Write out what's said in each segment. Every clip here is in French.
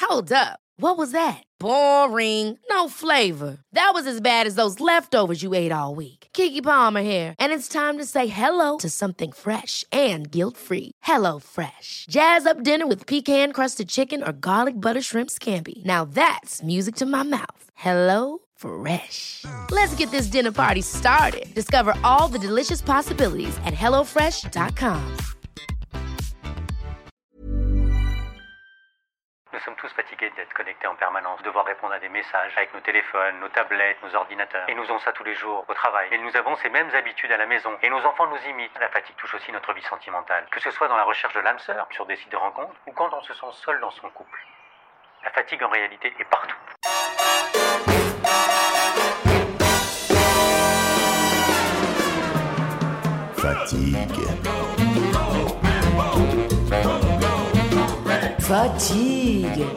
Hold up. What was that? Boring. No flavor. That was as bad as those leftovers you ate all week. Keke Palmer here, and it's time to say hello to something fresh and guilt-free. Hello Fresh. Jazz up dinner with pecan-crusted chicken or garlic butter shrimp scampi. Now that's music to my mouth. Hello Fresh. Let's get this dinner party started. Discover all the delicious possibilities at hellofresh.com. Nous sommes tous fatigués d'être connectés en permanence, de devoir répondre à des messages avec nos téléphones, nos tablettes, nos ordinateurs. Et nous faisons ça tous les jours, au travail. Et nous avons ces mêmes habitudes à la maison. Et nos enfants nous imitent. La fatigue touche aussi notre vie sentimentale. Que ce soit dans la recherche de l'âme sœur, sur des sites de rencontres, ou quand on se sent seul dans son couple. La fatigue en réalité est partout. Fatigue. Fatigue.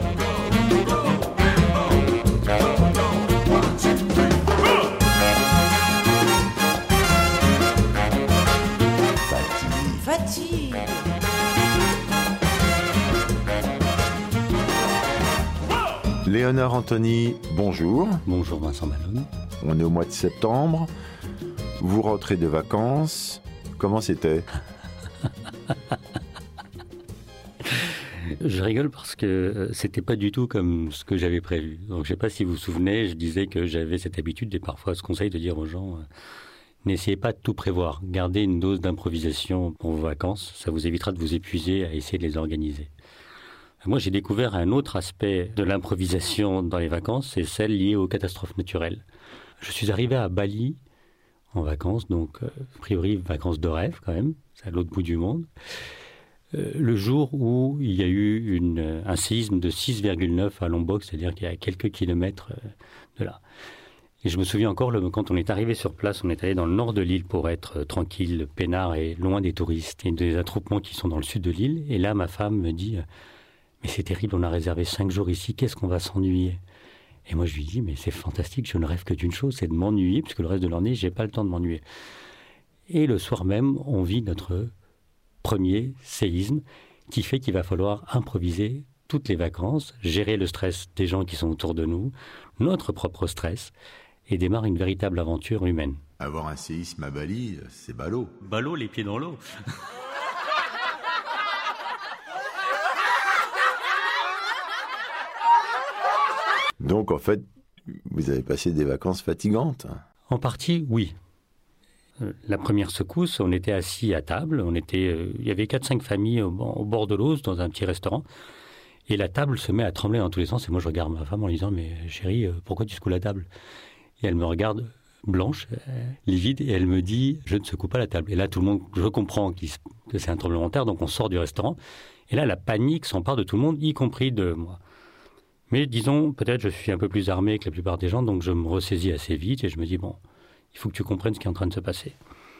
Fatigue. Léonard Anthony, bonjour. Bonjour Vincent Malone. On est au mois de septembre. Vous rentrez de vacances. Comment c'était ? Je rigole parce que c'était pas du tout comme ce que j'avais prévu. Donc je sais pas si vous vous souvenez, je disais que j'avais cette habitude et parfois ce conseil de dire aux gens n'essayez pas de tout prévoir. Gardez une dose d'improvisation pour vos vacances. Ça vous évitera de vous épuiser à essayer de les organiser. Moi, j'ai découvert un autre aspect de l'improvisation dans les vacances, c'est celle liée aux catastrophes naturelles. Je suis arrivé à Bali en vacances, donc a priori vacances de rêve quand même, c'est à l'autre bout du monde. Le jour où il y a eu un séisme de 6,9 à Lombok, c'est-à-dire qu'il y a quelques kilomètres de là. Et je me souviens encore, quand on est arrivé sur place, on est allé dans le nord de l'île pour être tranquille, peinard et loin des touristes et des attroupements qui sont dans le sud de l'île. Et là, ma femme me dit « Mais c'est terrible, on a réservé 5 jours ici, qu'est-ce qu'on va s'ennuyer ?» Et moi, je lui dis « Mais c'est fantastique, je ne rêve que d'une chose, c'est de m'ennuyer, puisque le reste de l'année, je n'ai pas le temps de m'ennuyer. » Et le soir même, on vit notre premier séisme qui fait qu'il va falloir improviser toutes les vacances, gérer le stress des gens qui sont autour de nous, notre propre stress, et démarre une véritable aventure humaine. Avoir un séisme à Bali, c'est ballot. Ballot, les pieds dans l'eau. Donc en fait, vous avez passé des vacances fatigantes. En partie, oui. La première secousse, on était assis à table, il y avait 4-5 familles au bord de l'eau, dans un petit restaurant, et la table se met à trembler dans tous les sens, et moi je regarde ma femme en lui disant « Mais chérie, pourquoi tu secoues la table ?» Et elle me regarde blanche, livide, et elle me dit « Je ne secoue pas la table ». Et là, tout le monde, je comprends que c'est un tremblement de terre, donc on sort du restaurant, et là, la panique s'empare de tout le monde, y compris de moi. Mais disons, peut-être je suis un peu plus armé que la plupart des gens, donc je me ressaisis assez vite, et je me dis « Bon, il faut que tu comprennes ce qui est en train de se passer. »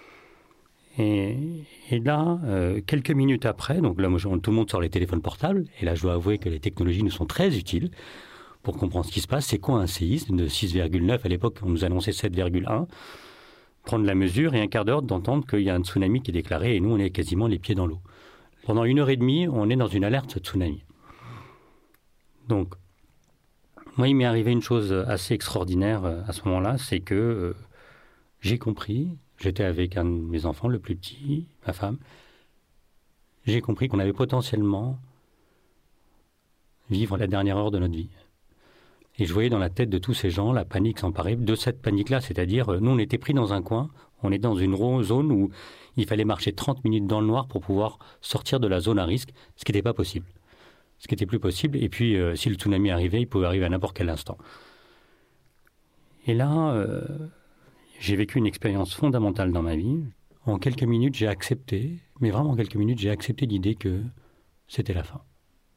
Et là, quelques minutes après, donc là, tout le monde sort les téléphones portables, et là, je dois avouer que les technologies nous sont très utiles pour comprendre ce qui se passe. C'est quoi un séisme de 6,9 ? À l'époque, on nous annonçait 7,1. Prendre la mesure et un quart d'heure d'entendre qu'il y a un tsunami qui est déclaré, et nous, on est quasiment les pieds dans l'eau. Pendant 1h30, on est dans une alerte tsunami. Donc, moi, il m'est arrivé une chose assez extraordinaire à ce moment-là, c'est que j'ai compris, j'étais avec un de mes enfants, le plus petit, ma femme, j'ai compris qu'on avait potentiellement vivre la dernière heure de notre vie. Et je voyais dans la tête de tous ces gens la panique s'emparer de cette panique-là, c'est-à-dire, nous, on était pris dans un coin, on est dans une zone où il fallait marcher 30 minutes dans le noir pour pouvoir sortir de la zone à risque, ce qui n'était pas possible. Ce qui n'était plus possible, et puis si le tsunami arrivait, il pouvait arriver à n'importe quel instant. Et là, j'ai vécu une expérience fondamentale dans ma vie. En quelques minutes, j'ai accepté, mais vraiment en quelques minutes, j'ai accepté l'idée que c'était la fin.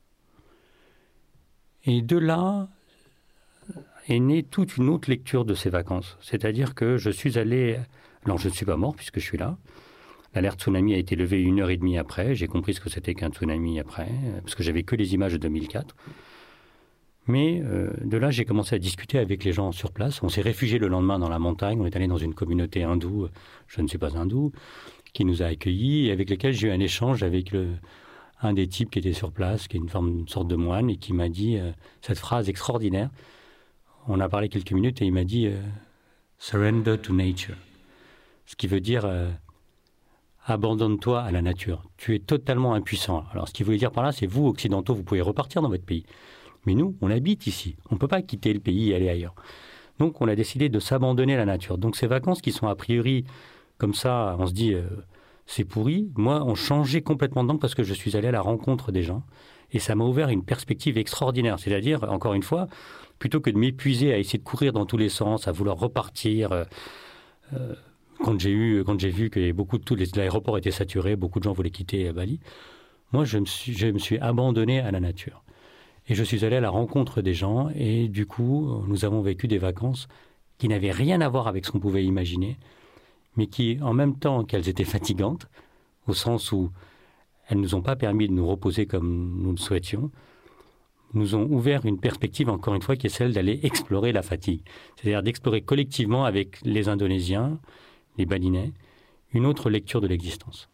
Et de là est née toute une autre lecture de ces vacances. C'est-à-dire que je suis allé... Alors, je ne suis pas mort puisque je suis là. L'alerte tsunami a été levée 1h30 après. J'ai compris ce que c'était qu'un tsunami après, parce que j'avais que les images de 2004. Mais de là, j'ai commencé à discuter avec les gens sur place. On s'est réfugié le lendemain dans la montagne. On est allé dans une communauté hindoue, je ne suis pas hindou, qui nous a accueillis et avec lesquels j'ai eu un échange avec un des types qui était sur place, qui est une sorte de moine, et qui m'a dit cette phrase extraordinaire. On a parlé quelques minutes et il m'a dit « Surrender to nature », ce qui veut dire abandonne-toi à la nature. Tu es totalement impuissant. Alors, ce qu'il voulait dire par là, c'est vous, occidentaux, vous pouvez repartir dans votre pays. Mais nous, on habite ici. On ne peut pas quitter le pays et aller ailleurs. Donc, on a décidé de s'abandonner à la nature. Donc, ces vacances qui sont a priori comme ça, on se dit c'est pourri. Moi, on changeait complètement d'angle parce que je suis allé à la rencontre des gens. Et ça m'a ouvert une perspective extraordinaire. C'est-à-dire, encore une fois, plutôt que de m'épuiser à essayer de courir dans tous les sens, à vouloir repartir... Quand j'ai vu que l'aéroport était saturé, beaucoup de gens voulaient quitter Bali, moi, je me suis abandonné à la nature. Et je suis allé à la rencontre des gens et du coup, nous avons vécu des vacances qui n'avaient rien à voir avec ce qu'on pouvait imaginer, mais qui, en même temps qu'elles étaient fatigantes, au sens où elles ne nous ont pas permis de nous reposer comme nous le souhaitions, nous ont ouvert une perspective, encore une fois, qui est celle d'aller explorer la fatigue. C'est-à-dire d'explorer collectivement avec les Indonésiens, les Balinais, une autre lecture de l'existence.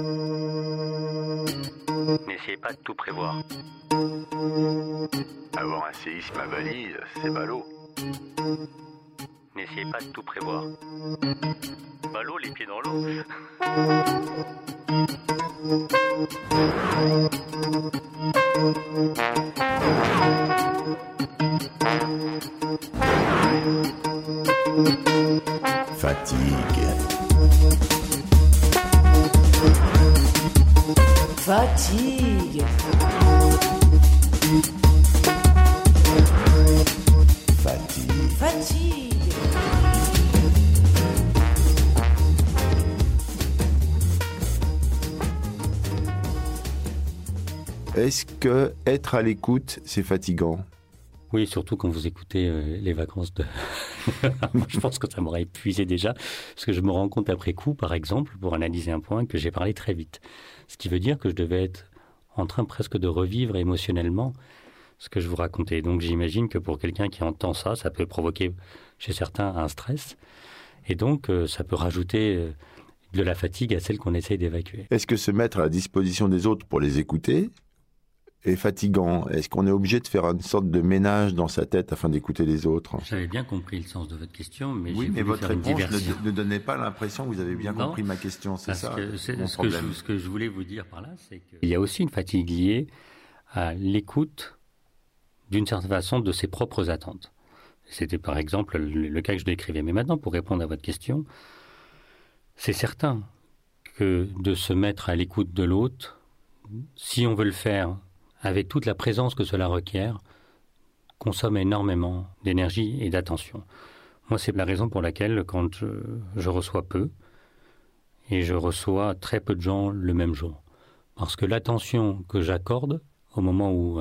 N'essayez pas de tout prévoir. Avoir un séisme à Bali, c'est ballot. N'essayez pas de tout prévoir. Ballot, les pieds dans l'eau. Fatigue. Fatigue. Fatigue. Fatigue. Est-ce que être à l'écoute, c'est fatigant ? Oui, surtout quand vous écoutez les vacances de... Je pense que ça m'aurait épuisé déjà, parce que je me rends compte après coup, par exemple, pour analyser un point, que j'ai parlé très vite. Ce qui veut dire que je devais être en train presque de revivre émotionnellement ce que je vous racontais. Donc j'imagine que pour quelqu'un qui entend ça, ça peut provoquer chez certains un stress. Et donc ça peut rajouter de la fatigue à celle qu'on essaye d'évacuer. Est-ce que se mettre à la disposition des autres pour les écouter est fatigant ? Est-ce qu'on est obligé de faire une sorte de ménage dans sa tête afin d'écouter les autres ? J'avais bien compris le sens de votre question, mais oui, j'ai mais voulu votre faire une réponse diversion. ne donnait pas l'impression que vous avez bien compris ma question, c'est ça mon problème. Ce que je voulais vous dire par là, c'est qu'il y a aussi une fatigue liée à l'écoute, d'une certaine façon, de ses propres attentes. C'était par exemple le cas que je décrivais. Mais maintenant, pour répondre à votre question, c'est certain que de se mettre à l'écoute de l'autre, si on veut le faire avec toute la présence que cela requiert, consomme énormément d'énergie et d'attention. Moi, c'est la raison pour laquelle, quand je reçois peu, et je reçois très peu de gens le même jour. Parce que l'attention que j'accorde au moment où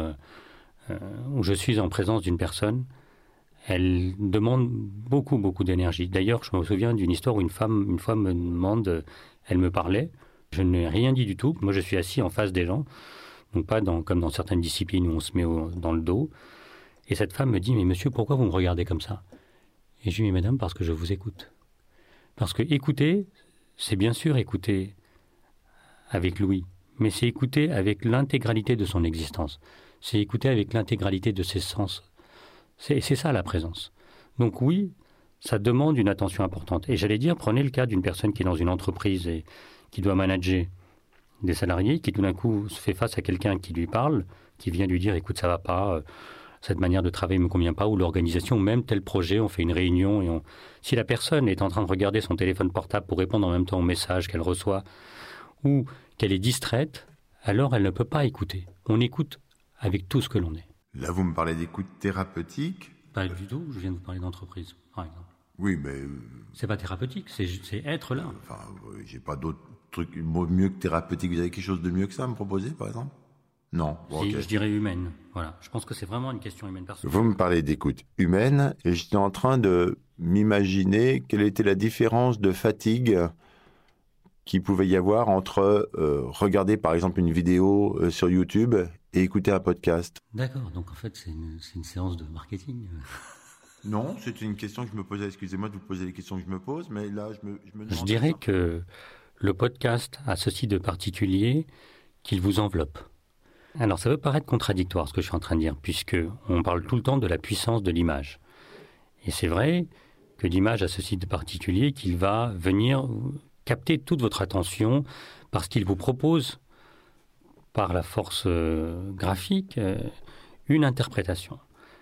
je suis en présence d'une personne, elle demande beaucoup, beaucoup d'énergie. D'ailleurs, je me souviens d'une histoire où une fois me demande, elle me parlait, je n'ai rien dit du tout. Moi, je suis assis en face des gens, donc pas comme dans certaines disciplines où on se met dans le dos. Et cette femme me dit, mais monsieur, pourquoi vous me regardez comme ça ? Et je lui dis, madame, parce que je vous écoute. Parce que écouter, c'est bien sûr écouter avec l'ouïe, mais c'est écouter avec l'intégralité de son existence. C'est écouter avec l'intégralité de ses sens. C'est ça la présence. Donc oui, ça demande une attention importante. Et j'allais dire, prenez le cas d'une personne qui est dans une entreprise et qui doit manager des salariés, qui tout d'un coup se fait face à quelqu'un qui lui parle, qui vient lui dire, écoute, ça va pas, cette manière de travailler ne me convient pas, ou l'organisation, ou même tel projet, on fait une réunion, et si la personne est en train de regarder son téléphone portable pour répondre en même temps aux messages qu'elle reçoit, ou qu'elle est distraite, alors elle ne peut pas écouter. On écoute avec tout ce que l'on est. Là, vous me parlez d'écoute thérapeutique. Pas du tout, je viens de vous parler d'entreprise, par exemple. Oui, mais... C'est pas thérapeutique, c'est être là. Enfin, j'ai pas d'autres trucs mieux que thérapeutique. Vous avez quelque chose de mieux que ça à me proposer, par exemple ? Non. Bon, Si, okay. Je dirais humaine. Voilà. Je pense que c'est vraiment une question humaine. Vous me parlez d'écoute humaine et j'étais en train de m'imaginer quelle était la différence de fatigue qu'il pouvait y avoir entre regarder par exemple une vidéo sur YouTube et écouter un podcast. D'accord. Donc en fait, c'est une séance de marketing. Non, c'était une question que je me posais. Excusez-moi de vous poser les questions que je me pose, mais là, je me demande... Je dirais que le podcast a ceci de particulier qu'il vous enveloppe. Alors, ça peut paraître contradictoire, ce que je suis en train de dire, puisqu'on parle tout le temps de la puissance de l'image. Et c'est vrai que l'image a ceci de particulier qu'il va venir capter toute votre attention parce qu'il vous propose, par la force graphique, une interprétation.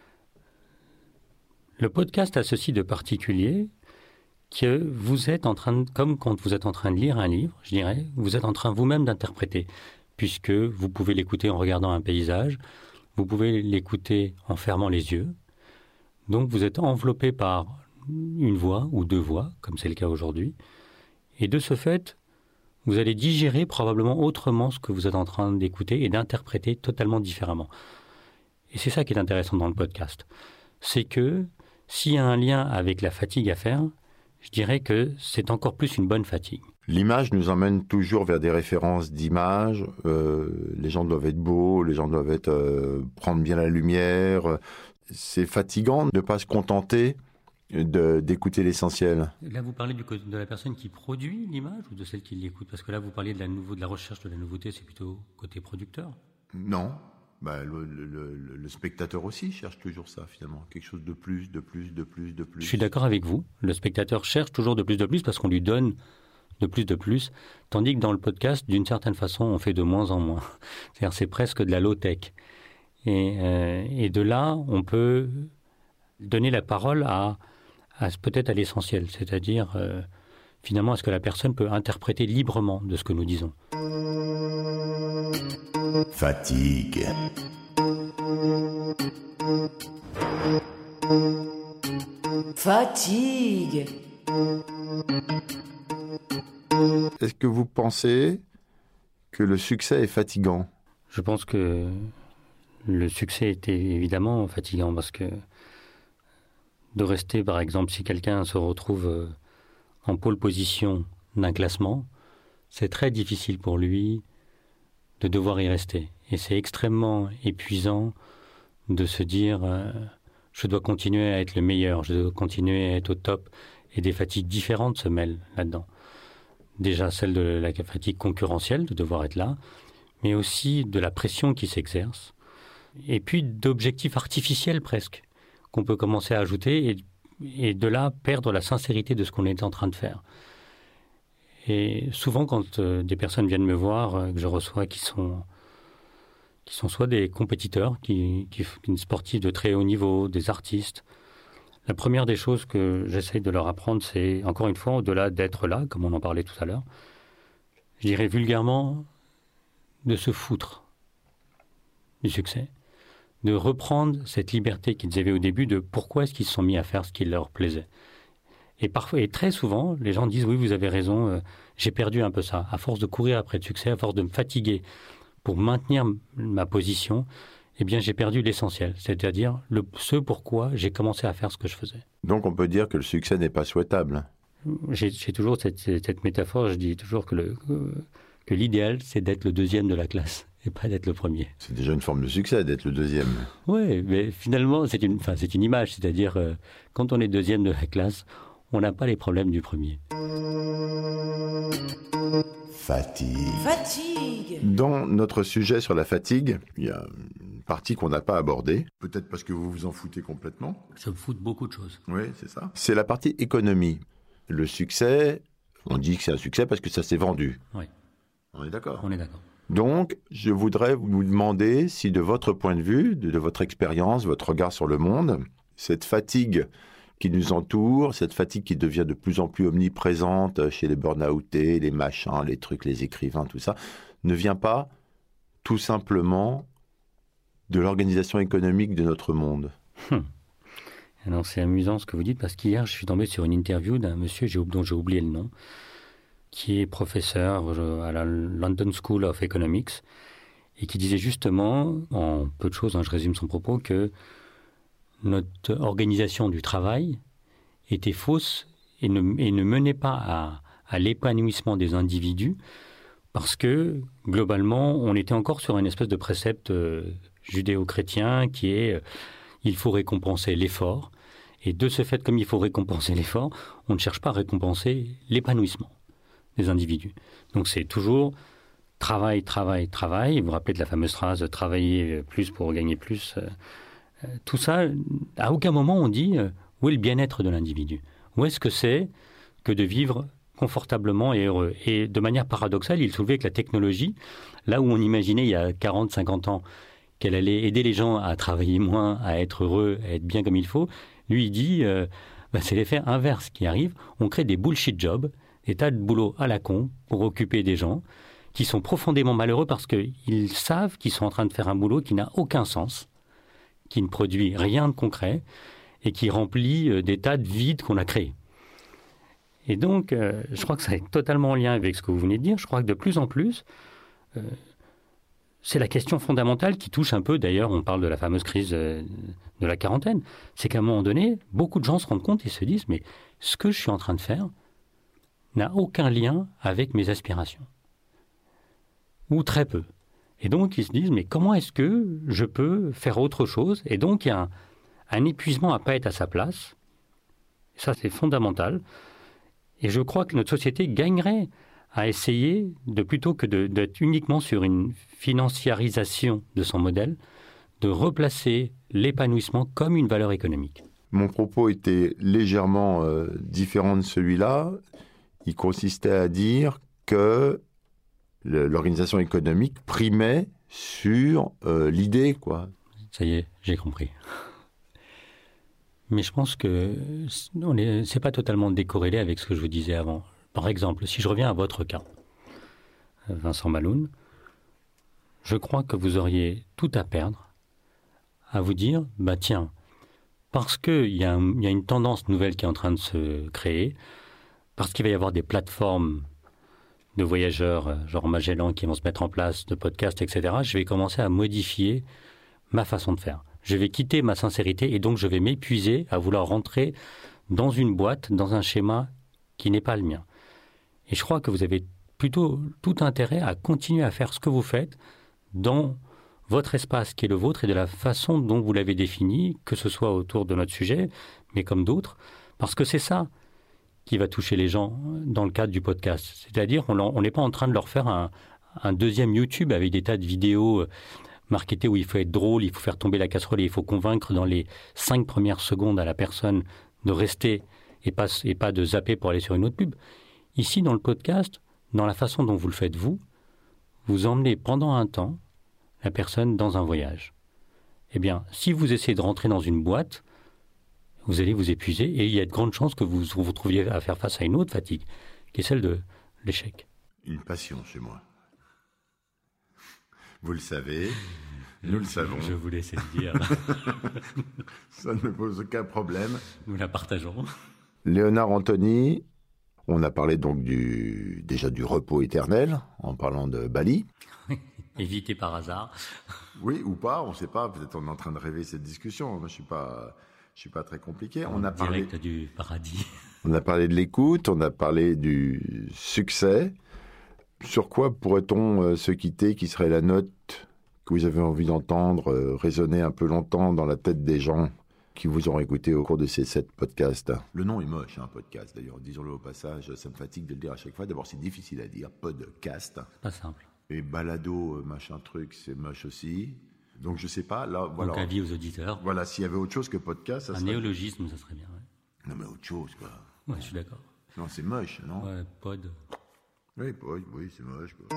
Le podcast a ceci de particulier que vous êtes en train, comme quand vous êtes en train de lire un livre, je dirais, vous êtes en train vous-même d'interpréter, puisque vous pouvez l'écouter en regardant un paysage, vous pouvez l'écouter en fermant les yeux. Donc vous êtes enveloppé par une voix ou deux voix, comme c'est le cas aujourd'hui. Et de ce fait, vous allez digérer probablement autrement ce que vous êtes en train d'écouter et d'interpréter totalement différemment. Et c'est ça qui est intéressant dans le podcast. C'est que s'il y a un lien avec la fatigue à faire, je dirais que c'est encore plus une bonne fatigue. L'image nous emmène toujours vers des références d'images. Les gens doivent être beaux, les gens doivent prendre bien la lumière. C'est fatigant de ne pas se contenter d'écouter l'essentiel. Là, vous parlez de la personne qui produit l'image ou de celle qui l'écoute? Parce que là, vous parliez de la recherche de la nouveauté, c'est plutôt côté producteur. Non. Le spectateur aussi cherche toujours ça, finalement. Quelque chose de plus. Je suis d'accord avec vous. Le spectateur cherche toujours de plus parce qu'on lui donne de plus. Tandis que dans le podcast, d'une certaine façon, on fait de moins en moins. C'est-à-dire, c'est presque de la low-tech. Et de là, on peut donner la parole peut-être à l'essentiel. C'est-à-dire, finalement, est-ce que la personne peut interpréter librement de ce que nous disons? Fatigue. Fatigue. Est-ce que vous pensez que le succès est fatigant? Je pense que le succès était évidemment fatigant parce que de rester, par exemple, si quelqu'un se retrouve en pole position d'un classement, c'est très difficile pour lui de devoir y rester. Et c'est extrêmement épuisant de se dire je dois continuer à être le meilleur, je dois continuer à être au top. Et des fatigues différentes se mêlent là-dedans. Déjà celle de la fatigue concurrentielle, de devoir être là, mais aussi de la pression qui s'exerce. Et puis d'objectifs artificiels presque, qu'on peut commencer à ajouter et de là perdre la sincérité de ce qu'on est en train de faire. Et souvent, quand des personnes viennent me voir, que je reçois, qui sont soit des compétiteurs, qui sportifs de très haut niveau, des artistes, la première des choses que j'essaye de leur apprendre, c'est, encore une fois, au-delà d'être là, comme on en parlait tout à l'heure, je dirais vulgairement, de se foutre du succès, de reprendre cette liberté qu'ils avaient au début de pourquoi est-ce qu'ils se sont mis à faire ce qui leur plaisait. Et parfois, et très souvent, les gens disent « Oui, vous avez raison, j'ai perdu un peu ça. À force de courir après le succès, à force de me fatiguer pour maintenir ma position, eh bien, j'ai perdu l'essentiel, c'est-à-dire ce pourquoi j'ai commencé à faire ce que je faisais. » Donc, on peut dire que le succès n'est pas souhaitable. J'ai toujours cette métaphore, je dis toujours que l'idéal, c'est d'être le deuxième de la classe et pas d'être le premier. C'est déjà une forme de succès d'être le deuxième. Oui, mais finalement, c'est une image, c'est-à-dire quand on est deuxième de la classe, on n'a pas les problèmes du premier. Fatigue. Dans notre sujet sur la fatigue, il y a une partie qu'on n'a pas abordée. Peut-être parce que vous vous en foutez complètement. Ça me fout de beaucoup de choses. Oui, c'est ça. C'est la partie économie. Le succès, on dit que c'est un succès parce que ça s'est vendu. Oui. On est d'accord? On est d'accord. Donc, je voudrais vous demander si, de votre point de vue, de votre expérience, votre regard sur le monde, cette fatigue qui nous entoure, cette fatigue qui devient de plus en plus omniprésente chez les burn-outés, les machins, les trucs, les écrivains, tout ça, ne vient pas tout simplement de l'organisation économique de notre monde. Alors, c'est amusant ce que vous dites, parce qu'hier, je suis tombé sur une interview d'un monsieur dont j'ai oublié le nom, qui est professeur à la London School of Economics, et qui disait justement, en peu de choses, je résume son propos, que notre organisation du travail était fausse et ne menait pas à l'épanouissement des individus, parce que, globalement, on était encore sur une espèce de précepte judéo-chrétien qui est il faut récompenser l'effort. Et de ce fait, comme il faut récompenser l'effort, on ne cherche pas à récompenser l'épanouissement des individus. Donc c'est toujours travail. Vous vous rappelez de la fameuse phrase « travailler plus pour gagner plus ». Tout ça, à aucun moment on dit où est le bien-être de l'individu. Où est-ce que c'est que de vivre confortablement et heureux. Et de manière paradoxale, il soulevait que la technologie, là où on imaginait il y a 40, 50 ans qu'elle allait aider les gens à travailler moins, à être heureux, à être bien comme il faut, lui il dit c'est l'effet inverse qui arrive. On crée des bullshit jobs, des tas de boulots à la con pour occuper des gens qui sont profondément malheureux parce qu'ils savent qu'ils sont en train de faire un boulot qui n'a aucun sens, qui ne produit rien de concret et qui remplit des tas de vides qu'on a créés. Et donc, je crois que ça est totalement en lien avec ce que vous venez de dire. Je crois que de plus en plus, c'est la question fondamentale qui touche un peu, d'ailleurs, on parle de la fameuse crise de la quarantaine, c'est qu'à un moment donné, beaucoup de gens se rendent compte et se disent « mais ce que je suis en train de faire n'a aucun lien avec mes aspirations. » Ou très peu. Et donc, ils se disent « mais comment est-ce que je peux faire autre chose ?» Et donc, il y a un épuisement à ne pas être à sa place. Et ça, c'est fondamental. Et je crois que notre société gagnerait à essayer, plutôt que d'être uniquement sur une financiarisation de son modèle, de replacer l'épanouissement comme une valeur économique. Mon propos était légèrement différent de celui-là. Il consistait à dire que l'organisation économique primait sur l'idée, quoi. Ça y est, j'ai compris. Mais je pense que c'est pas totalement décorrélé avec ce que je vous disais avant. Par exemple, si je reviens à votre cas, Vincent Maloun, je crois que vous auriez tout à perdre à vous dire, tiens, parce qu'il y a une tendance nouvelle qui est en train de se créer, parce qu'il va y avoir des plateformes de voyageurs, genre Magellan, qui vont se mettre en place, de podcasts, etc., je vais commencer à modifier ma façon de faire. Je vais quitter ma sincérité et donc je vais m'épuiser à vouloir rentrer dans une boîte, dans un schéma qui n'est pas le mien. Et je crois que vous avez plutôt tout intérêt à continuer à faire ce que vous faites dans votre espace qui est le vôtre et de la façon dont vous l'avez défini, que ce soit autour de notre sujet, mais comme d'autres, parce que c'est ça qui va toucher les gens dans le cadre du podcast. C'est-à-dire on n'est pas en train de leur faire un deuxième YouTube avec des tas de vidéos marketé où il faut être drôle, il faut faire tomber la casserole et il faut convaincre dans les 5 premières secondes à la personne de rester et pas de zapper pour aller sur une autre pub. Ici, dans le podcast, dans la façon dont vous le faites vous emmenez pendant un temps la personne dans un voyage. Eh bien, si vous essayez de rentrer dans une boîte, vous allez vous épuiser et il y a de grandes chances que vous vous trouviez à faire face à une autre fatigue, qui est celle de l'échec. Une passion chez moi. Vous le savez, nous le savons. Je vous laisse le dire. Ça ne me pose aucun problème. Nous la partageons. Léonard Anthony, on a parlé donc déjà du repos éternel, en parlant de Bali. Évité par hasard. Oui, ou pas, on ne sait pas. Peut-être on est en train de rêver cette discussion. Moi, je suis pas très compliqué. On a parlé direct du paradis. On a parlé de l'écoute, on a parlé du succès. Sur quoi pourrait-on se quitter, qui serait la note que vous avez envie d'entendre résonner un peu longtemps dans la tête des gens qui vous auront écouté au cours de ces 7 podcasts? Le nom est moche, podcast d'ailleurs, disons-le au passage, ça me fatigue de le dire à chaque fois. D'abord, c'est difficile à dire, podcast. C'est pas simple. Et balado, machin truc, c'est moche aussi. Donc je sais pas, là, voilà. Donc avis aux auditeurs. Voilà, s'il y avait autre chose que podcast, ça serait... Un néologisme, ça serait bien, ouais. Non mais autre chose, quoi. Ouais, je suis d'accord. Non, c'est moche, non? Ouais, pod. Oui, c'est moche, quoi.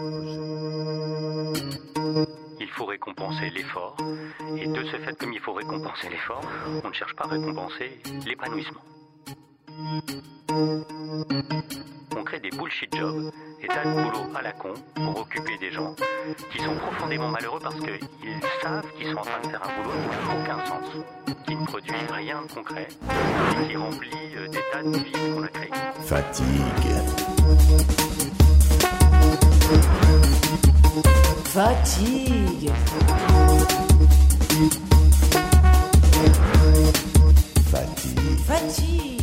Il faut récompenser l'effort, et de ce fait, comme il faut récompenser l'effort, on ne cherche pas à récompenser l'épanouissement. On crée des bullshit jobs, des tas de boulots à la con pour occuper des gens qui sont profondément malheureux parce qu'ils savent qu'ils sont en train de faire un boulot qui n'a aucun sens, qui ne produit rien de concret et qui remplit des tas de vies qu'on a créés. Fatigue. Fatigue. Fatigue.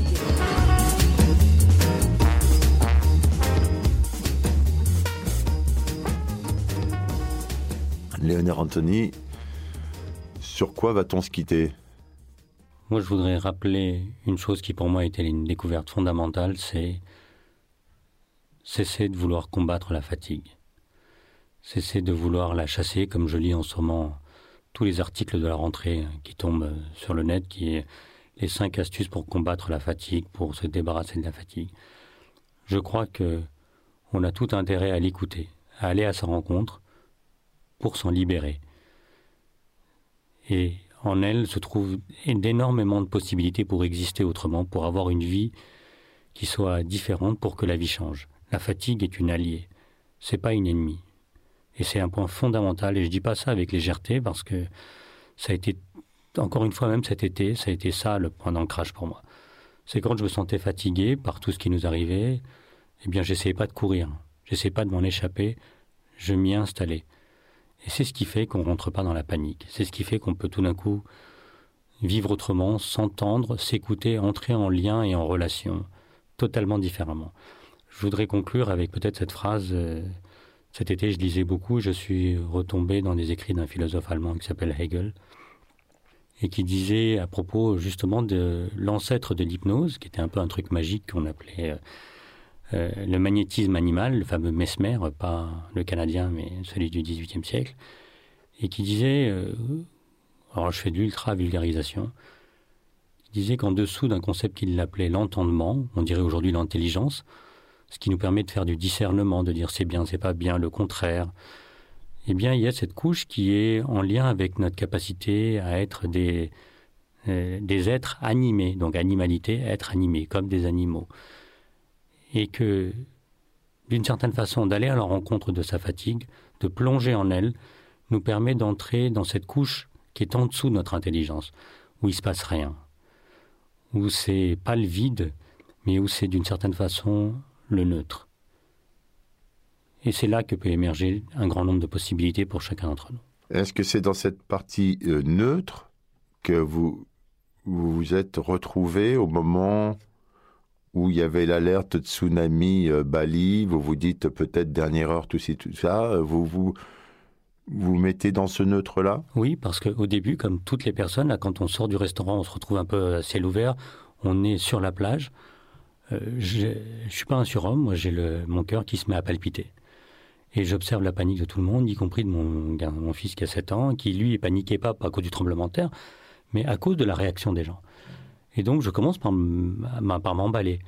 Léonard Anthony, sur quoi va-t-on se quitter? Moi, je voudrais rappeler une chose qui pour moi était une découverte fondamentale, c'est cesser de vouloir combattre la fatigue. cesser de vouloir la chasser, comme je lis en ce moment tous les articles de la rentrée qui tombent sur le net, qui est les 5 astuces pour combattre la fatigue, pour se débarrasser de la fatigue. Je crois qu'on a tout intérêt à l'écouter, à aller à sa rencontre pour s'en libérer. Et en elle se trouvent énormément de possibilités pour exister autrement, pour avoir une vie qui soit différente, pour que la vie change. La fatigue est une alliée, c'est pas une ennemie. Et c'est un point fondamental, et je dis pas ça avec légèreté, parce que ça a été, encore une fois même cet été, ça a été ça le point d'ancrage pour moi. C'est quand je me sentais fatigué par tout ce qui nous arrivait, eh bien j'essayais pas de courir, j'essayais pas de m'en échapper, je m'y installais. Et c'est ce qui fait qu'on ne rentre pas dans la panique. C'est ce qui fait qu'on peut tout d'un coup vivre autrement, s'entendre, s'écouter, entrer en lien et en relation totalement différemment. Je voudrais conclure avec peut-être cette phrase. Cet été, je lisais beaucoup. Je suis retombé dans des écrits d'un philosophe allemand qui s'appelle Hegel et qui disait à propos justement de l'ancêtre de l'hypnose, qui était un peu un truc magique qu'on appelait le magnétisme animal, le fameux Mesmer, pas le canadien, mais celui du XVIIIe siècle, et qui disait, alors je fais de l'ultra-vulgarisation, il disait qu'en dessous d'un concept qu'il appelait l'entendement, on dirait aujourd'hui l'intelligence, ce qui nous permet de faire du discernement, de dire c'est bien, c'est pas bien, le contraire, eh bien il y a cette couche qui est en lien avec notre capacité à être des êtres animés, donc animalité, être animé, comme des animaux. Et que, d'une certaine façon, d'aller à la rencontre de sa fatigue, de plonger en elle, nous permet d'entrer dans cette couche qui est en dessous de notre intelligence, où il ne se passe rien, où c'est pas le vide, mais où c'est d'une certaine façon le neutre. Et c'est là que peut émerger un grand nombre de possibilités pour chacun d'entre nous. Est-ce que c'est dans cette partie neutre que vous vous êtes retrouvé au moment où il y avait l'alerte tsunami Bali, vous vous dites peut-être dernière heure, tout ça, vous mettez dans ce neutre-là? Oui, parce qu'au début, comme toutes les personnes, là, quand on sort du restaurant, on se retrouve un peu à ciel ouvert, on est sur la plage. Je ne suis pas un surhomme, moi j'ai mon cœur qui se met à palpiter. Et j'observe la panique de tout le monde, y compris de mon fils qui a 7 ans, qui lui est paniqué pas à cause du tremblement de terre, mais à cause de la réaction des gens. Et donc, je commence par m'emballer.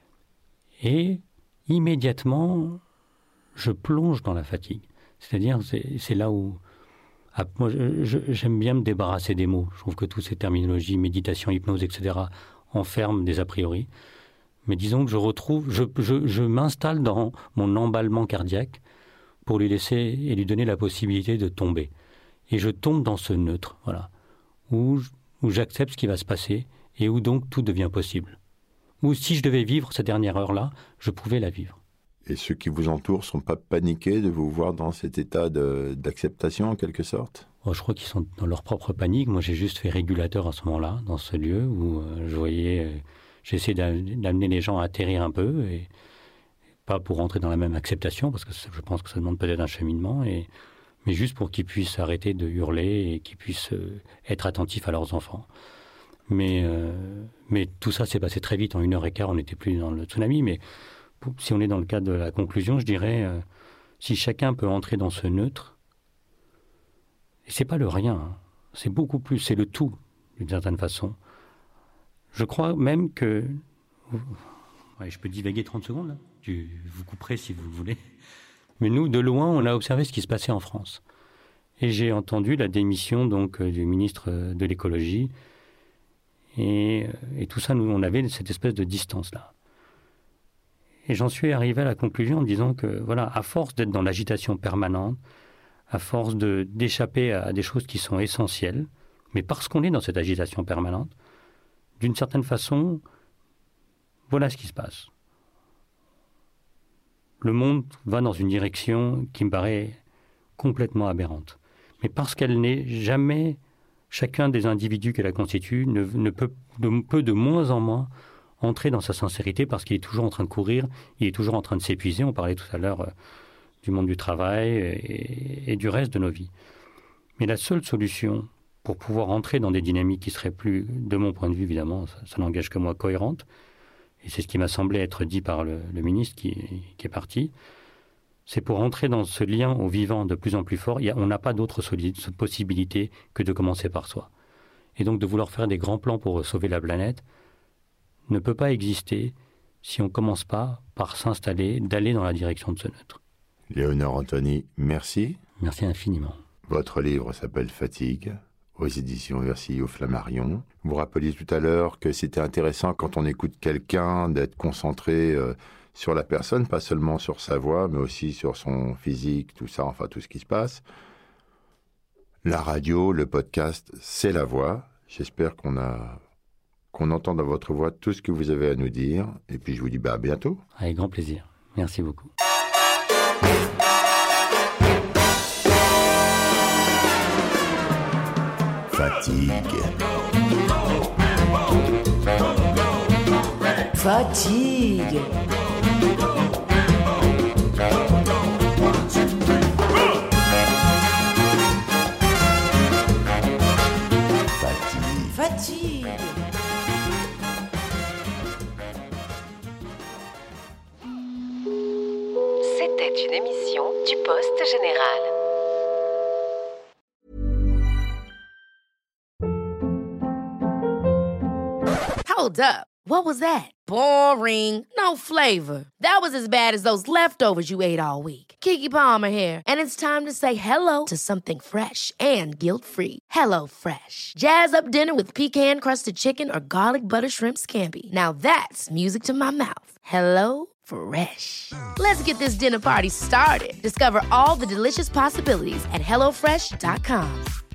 Et immédiatement, je plonge dans la fatigue. C'est-à-dire, c'est là où... moi, j'aime bien me débarrasser des mots. Je trouve que toutes ces terminologies, méditation, hypnose, etc., enferment des a priori. Mais disons que je m'installe dans mon emballement cardiaque pour lui laisser et lui donner la possibilité de tomber. Et je tombe dans ce neutre, voilà, où j'accepte ce qui va se passer, et où donc tout devient possible. Ou si je devais vivre cette dernière heure-là, je pouvais la vivre. Et ceux qui vous entourent ne sont pas paniqués de vous voir dans cet état d'acceptation, en quelque sorte? Je crois qu'ils sont dans leur propre panique. Moi, j'ai juste fait régulateur à ce moment-là, dans ce lieu où j'ai essayé d'amener les gens à atterrir un peu, et pas pour rentrer dans la même acceptation, parce que je pense que ça demande peut-être un cheminement, mais juste pour qu'ils puissent arrêter de hurler et qu'ils puissent être attentifs à leurs enfants. Mais tout ça s'est passé très vite. En 1h15, on n'était plus dans le tsunami. Mais si on est dans le cadre de la conclusion, je dirais, si chacun peut entrer dans ce neutre, et c'est pas le rien, hein, c'est beaucoup plus, c'est le tout, d'une certaine façon. Je crois même que... Ouais, je peux divaguer 30 secondes, là. Vous couperez si vous le voulez. Mais nous, de loin, on a observé ce qui se passait en France. Et j'ai entendu la démission donc du ministre de l'écologie. Et tout ça, nous, on avait cette espèce de distance-là. Et j'en suis arrivé à la conclusion en disant que, voilà, à force d'être dans l'agitation permanente, à force d'échapper à des choses qui sont essentielles, mais parce qu'on est dans cette agitation permanente, d'une certaine façon, voilà ce qui se passe. Le monde va dans une direction qui me paraît complètement aberrante. Mais parce qu'elle n'est jamais... Chacun des individus que la constitue ne peut de moins en moins entrer dans sa sincérité parce qu'il est toujours en train de courir, il est toujours en train de s'épuiser. On parlait tout à l'heure du monde du travail et du reste de nos vies. Mais la seule solution pour pouvoir entrer dans des dynamiques qui seraient plus, de mon point de vue évidemment, ça n'engage que moi, cohérentes, et c'est ce qui m'a semblé être dit par le ministre qui est parti, C'est pour entrer dans ce lien au vivant de plus en plus fort. On n'a pas d'autre possibilité que de commencer par soi. Et donc de vouloir faire des grands plans pour sauver la planète ne peut pas exister si on ne commence pas par s'installer, d'aller dans la direction de ce neutre. Léonore Anthony, merci. Merci infiniment. Votre livre s'appelle Fatigue, aux éditions Versilio Flammarion. Vous rappeliez tout à l'heure que c'était intéressant quand on écoute quelqu'un d'être concentré sur la personne, pas seulement sur sa voix, mais aussi sur son physique, tout ça, enfin tout ce qui se passe. La radio, le podcast, c'est la voix. J'espère qu'on entend dans votre voix tout ce que vous avez à nous dire. Et puis je vous dis à bientôt. Avec grand plaisir. Merci beaucoup. Fatigue. Fatigue. Fatigue. C'était une émission du Poste Général. Hold up. What was that? Boring. No flavor. That was as bad as those leftovers you ate all week. Keke Palmer here, and it's time to say hello to something fresh and guilt-free. Hello Fresh. Jazz up dinner with pecan-crusted chicken or garlic butter shrimp scampi. Now that's music to my mouth. Hello Fresh. Let's get this dinner party started. Discover all the delicious possibilities at HelloFresh.com.